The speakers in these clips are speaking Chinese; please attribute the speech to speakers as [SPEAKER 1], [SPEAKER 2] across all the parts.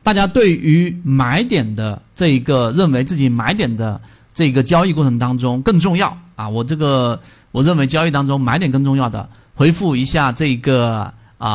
[SPEAKER 1] 大家对于买点的这一个认为自己买点的这个交易过程当中更重要啊，我认为交易当中买点更重要的，回复一下这个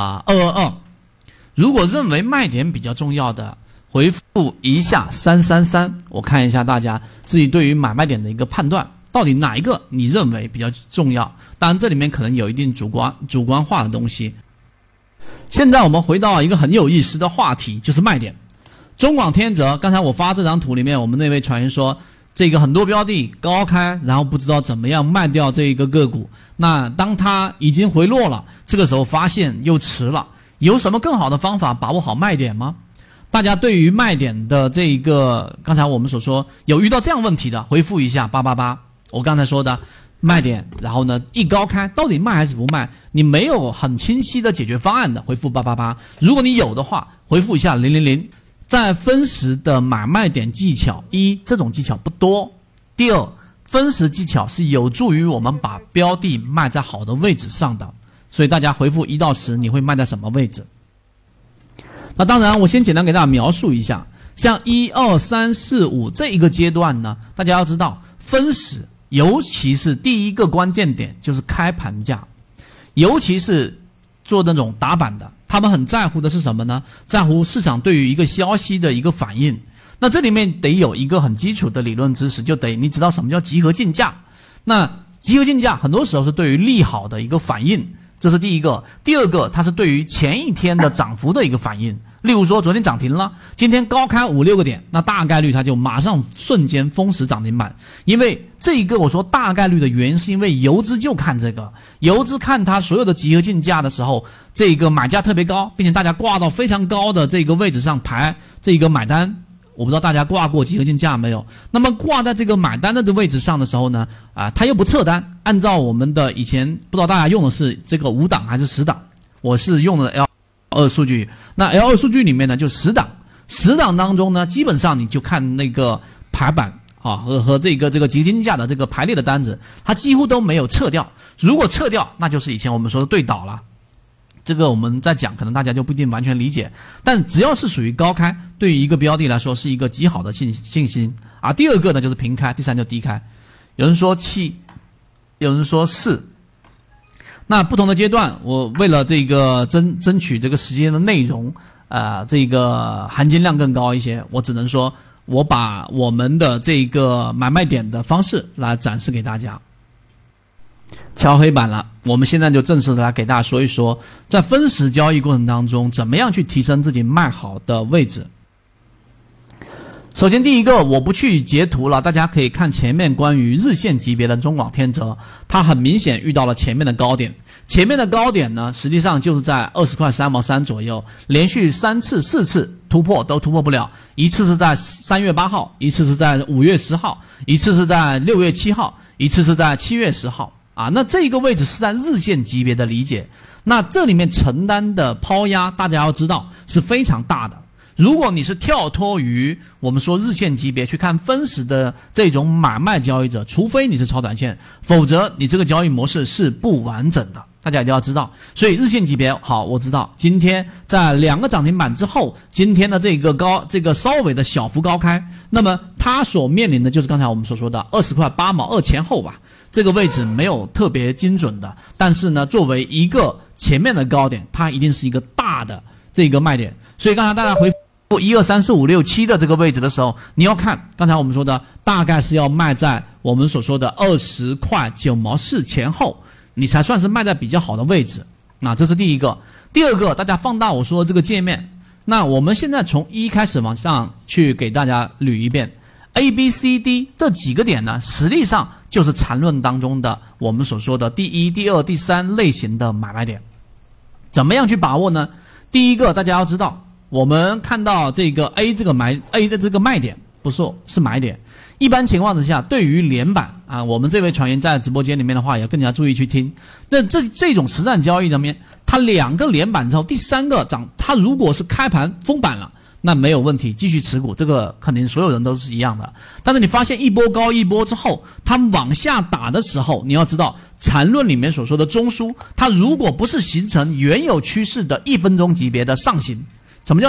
[SPEAKER 1] 222。如果认为卖点比较重要的，回复一下333。我看一下大家自己对于买卖点的一个判断，到底哪一个你认为比较重要？当然这里面可能有一定主观化的东西。现在我们回到一个很有意思的话题，就是卖点。中广天泽，刚才我发这张图里面，我们那位传员说，这个很多标的高开，然后不知道怎么样卖掉这一个个股。那当它已经回落了，这个时候发现又迟了，有什么更好的方法把握好卖点吗？大家对于卖点的这一个，刚才我们所说有遇到这样问题的，回复一下888。我刚才说的卖点，然后呢一高开到底卖还是不卖，你没有很清晰的解决方案的，回复888。如果你有的话，回复一下000。在分时的买卖点技巧，一，这种技巧不多；第二，分时技巧是有助于我们把标的卖在好的位置上的。所以大家回复1到10，你会卖在什么位置？那当然我先简单给大家描述一下，像1、2、3、4、5这一个阶段呢，大家要知道分时，尤其是第一个关键点就是开盘价，尤其是做那种打板的，他们很在乎的是什么呢？在乎市场对于一个消息的一个反应。那这里面得有一个很基础的理论知识，就得你知道什么叫集合竞价。那集合竞价很多时候是对于利好的一个反应，这是第一个。第二个，它是对于前一天的涨幅的一个反应。例如说昨天涨停了，今天高开5、6个点，那大概率它就马上瞬间封死涨停板。因为这一个我说大概率的原因是因为游资就看这个，游资看它所有的集合竞价的时候，这个买价特别高，并且大家挂到非常高的这个位置上排这个买单。我不知道大家挂过集合竞价没有？那么挂在这个买单的位置上的时候呢，它又不撤单。按照我们的以前不知道大家用的是这个5档还是10档，我是用的 L2 数据。那 L2 数据里面呢就10档，10档当中呢，基本上你就看那个排版啊和这个集合竞价的这个排列的单子，它几乎都没有撤掉。如果撤掉，那就是以前我们说的对倒了。这个我们在讲，可能大家就不一定完全理解，但只要是属于高开，对于一个标的来说是一个极好的信心啊。第二个呢就是平开，第三就低开。有人说7，有人说4。那不同的阶段，我为了这个争取这个时间的内容，这个含金量更高一些，我只能说我把我们的这个买卖点的方式来展示给大家。敲黑板了，我们现在就正式的来给大家说一说，在分时交易过程当中，怎么样去提升自己卖好的位置。首先第一个，我不去截图了，大家可以看前面关于日线级别的中广天泽，它很明显遇到了前面的高点。前面的高点呢，实际上就是在20块3毛3左右，连续3次4次突破都突破不了，一次是在3月8号，一次是在5月10号，一次是在6月7号，一次是在7月10号。那这个位置是在日线级别的理解，那这里面承担的抛压大家要知道是非常大的。如果你是跳脱于我们说日线级别去看分时的这种买卖交易者，除非你是超短线，否则你这个交易模式是不完整的，大家一定要知道。所以日线级别好，我知道今天在2个涨停板之后，今天的这个稍微的小幅高开，那么它所面临的就是刚才我们所说的20块8毛2前后吧，这个位置没有特别精准的，但是呢作为一个前面的高点，它一定是一个大的这个卖点。所以刚才大家回复1、2、3、4、5、6、7的这个位置的时候，你要看刚才我们说的大概是要卖在我们所说的20块9毛4前后，你才算是卖在比较好的位置。那这是第一个。第二个，大家放大我说的这个界面，那我们现在从1开始往上去给大家捋一遍。A、B、C、D 这几个点呢，实际上就是缠论当中的我们所说的第1、第2、第3类型的买卖点。怎么样去把握呢？第一个，大家要知道，我们看到这个 A 的这个卖点，不是买点。一般情况之下，对于连板我们这位船员在直播间里面的话，也更加注意去听。那这种实战交易里面，它2个连板之后，第3个涨，它如果是开盘封板了，那没有问题，继续持股，这个肯定所有人都是一样的。但是你发现一波高一波之后，它往下打的时候，你要知道缠论里面所说的中枢，它如果不是形成原有趋势的1分钟级别的上行，什么叫1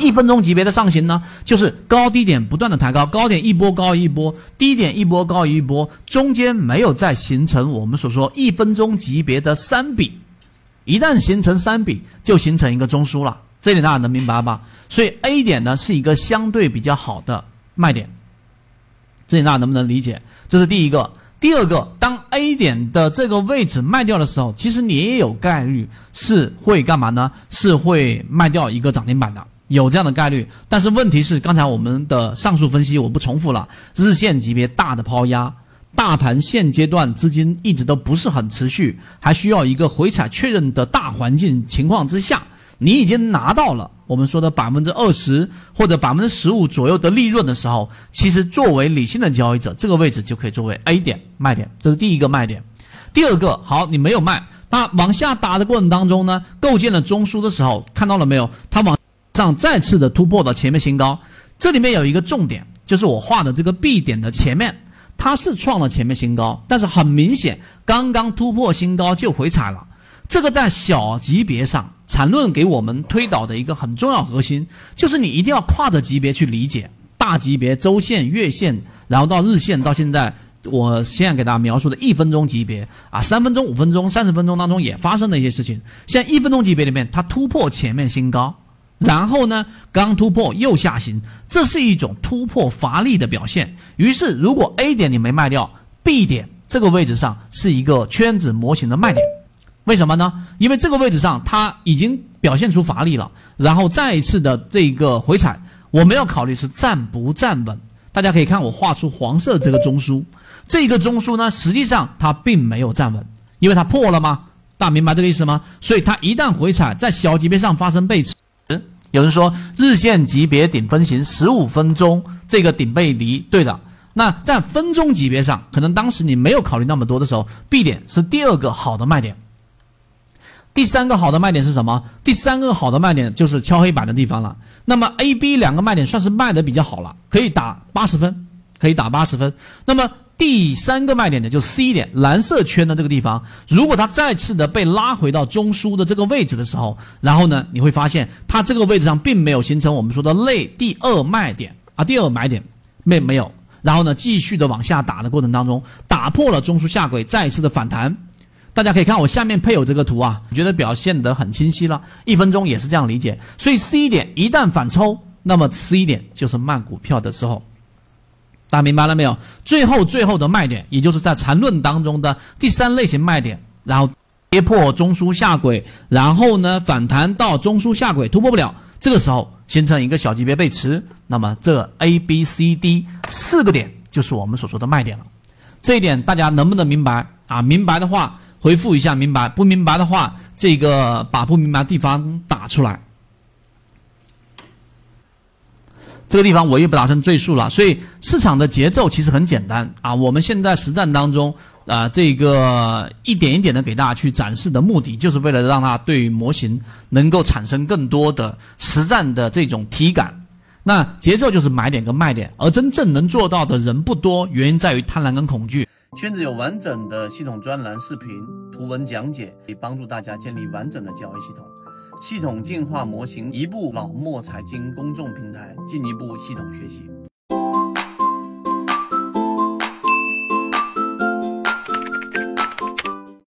[SPEAKER 1] 1分钟级别的上行呢，就是高低点不断的抬高，高点一波高一波，低点一波高一波，中间没有再形成我们所说1分钟级别的3笔，一旦形成3笔，就形成一个中枢了，这点大家能明白吧？所以 A 点呢是一个相对比较好的卖点，这点大家能不能理解？这是第一个。第二个，当 A 点的这个位置卖掉的时候，其实你也有概率是会干嘛呢？是会卖掉一个涨停板的，有这样的概率。但是问题是，刚才我们的上述分析我不重复了，日线级别大的抛压，大盘现阶段资金一直都不是很持续，还需要一个回踩确认的大环境情况之下，你已经拿到了我们说的 20% 或者 15% 左右的利润的时候，其实作为理性的交易者，这个位置就可以作为 A 点卖点，这是第一个卖点。第二个，好，你没有卖，那往下打的过程当中呢，构建了中枢的时候，看到了没有？它往上再次的突破了前面新高，这里面有一个重点，就是我画的这个 B 点的前面，它是创了前面新高，但是很明显刚刚突破新高就回踩了。这个在小级别上，缠论给我们推导的一个很重要核心，就是你一定要跨着级别去理解，大级别周线、月线，然后到日线，到现在我现在给大家描述的1分钟级别啊，3分钟、5分钟、30分钟当中也发生的一些事情。现在1分钟级别里面，它突破前面新高，然后呢，刚突破又下行，这是一种突破乏力的表现。于是，如果 A 点你没卖掉 ，B 点这个位置上是一个圈子模型的卖点。为什么呢？因为这个位置上它已经表现出乏力了，然后再一次的这个回踩，我们要考虑是站不站稳。大家可以看我画出黄色这个中枢，这个中枢呢，实际上它并没有站稳，因为它破了吗？大家明白这个意思吗？所以它一旦回踩，在小级别上发生背驰，有人说日线级别顶分型15分钟这个顶背离，对的。那在分钟级别上，可能当时你没有考虑那么多的时候， B 点是第二个好的卖点。第三个好的卖点是什么？第三个好的卖点就是敲黑板的地方了。那么 A、B 两个卖点算是卖的比较好了，可以打80分，可以打80分。那么第三个卖点呢，就是 C 点，蓝色圈的这个地方，如果它再次的被拉回到中枢的这个位置的时候，然后呢，你会发现它这个位置上并没有形成我们说的类第二卖点啊，第二买点没有。然后呢，继续的往下打的过程当中，打破了中枢下轨，再一次的反弹。大家可以看我下面配有这个图啊，我觉得表现得很清晰了，1分钟也是这样理解。所以 C 点一旦反抽，那么 C 点就是卖股票的时候。大家明白了没有？最后的卖点，也就是在缠论当中的第三类型卖点，然后跌破中枢下轨，然后呢反弹到中枢下轨突破不了，这个时候形成一个小级别背驰，那么这 A、B、C、D 4个点就是我们所说的卖点了。这一点大家能不能明白啊？明白的话回复一下明白，不明白的话，这个把不明白的地方打出来。这个地方我也不打算赘述了，所以市场的节奏其实很简单啊。我们现在实战当中这个一点一点的给大家去展示的目的，就是为了让它对于模型能够产生更多的实战的这种体感。那节奏就是买点跟卖点，而真正能做到的人不多，原因在于贪婪跟恐惧。
[SPEAKER 2] 圈子有完整的系统专栏、视频、图文讲解，可以帮助大家建立完整的交易系统。系统进化模型，一步老墨财经公众平台，进一步系统学习。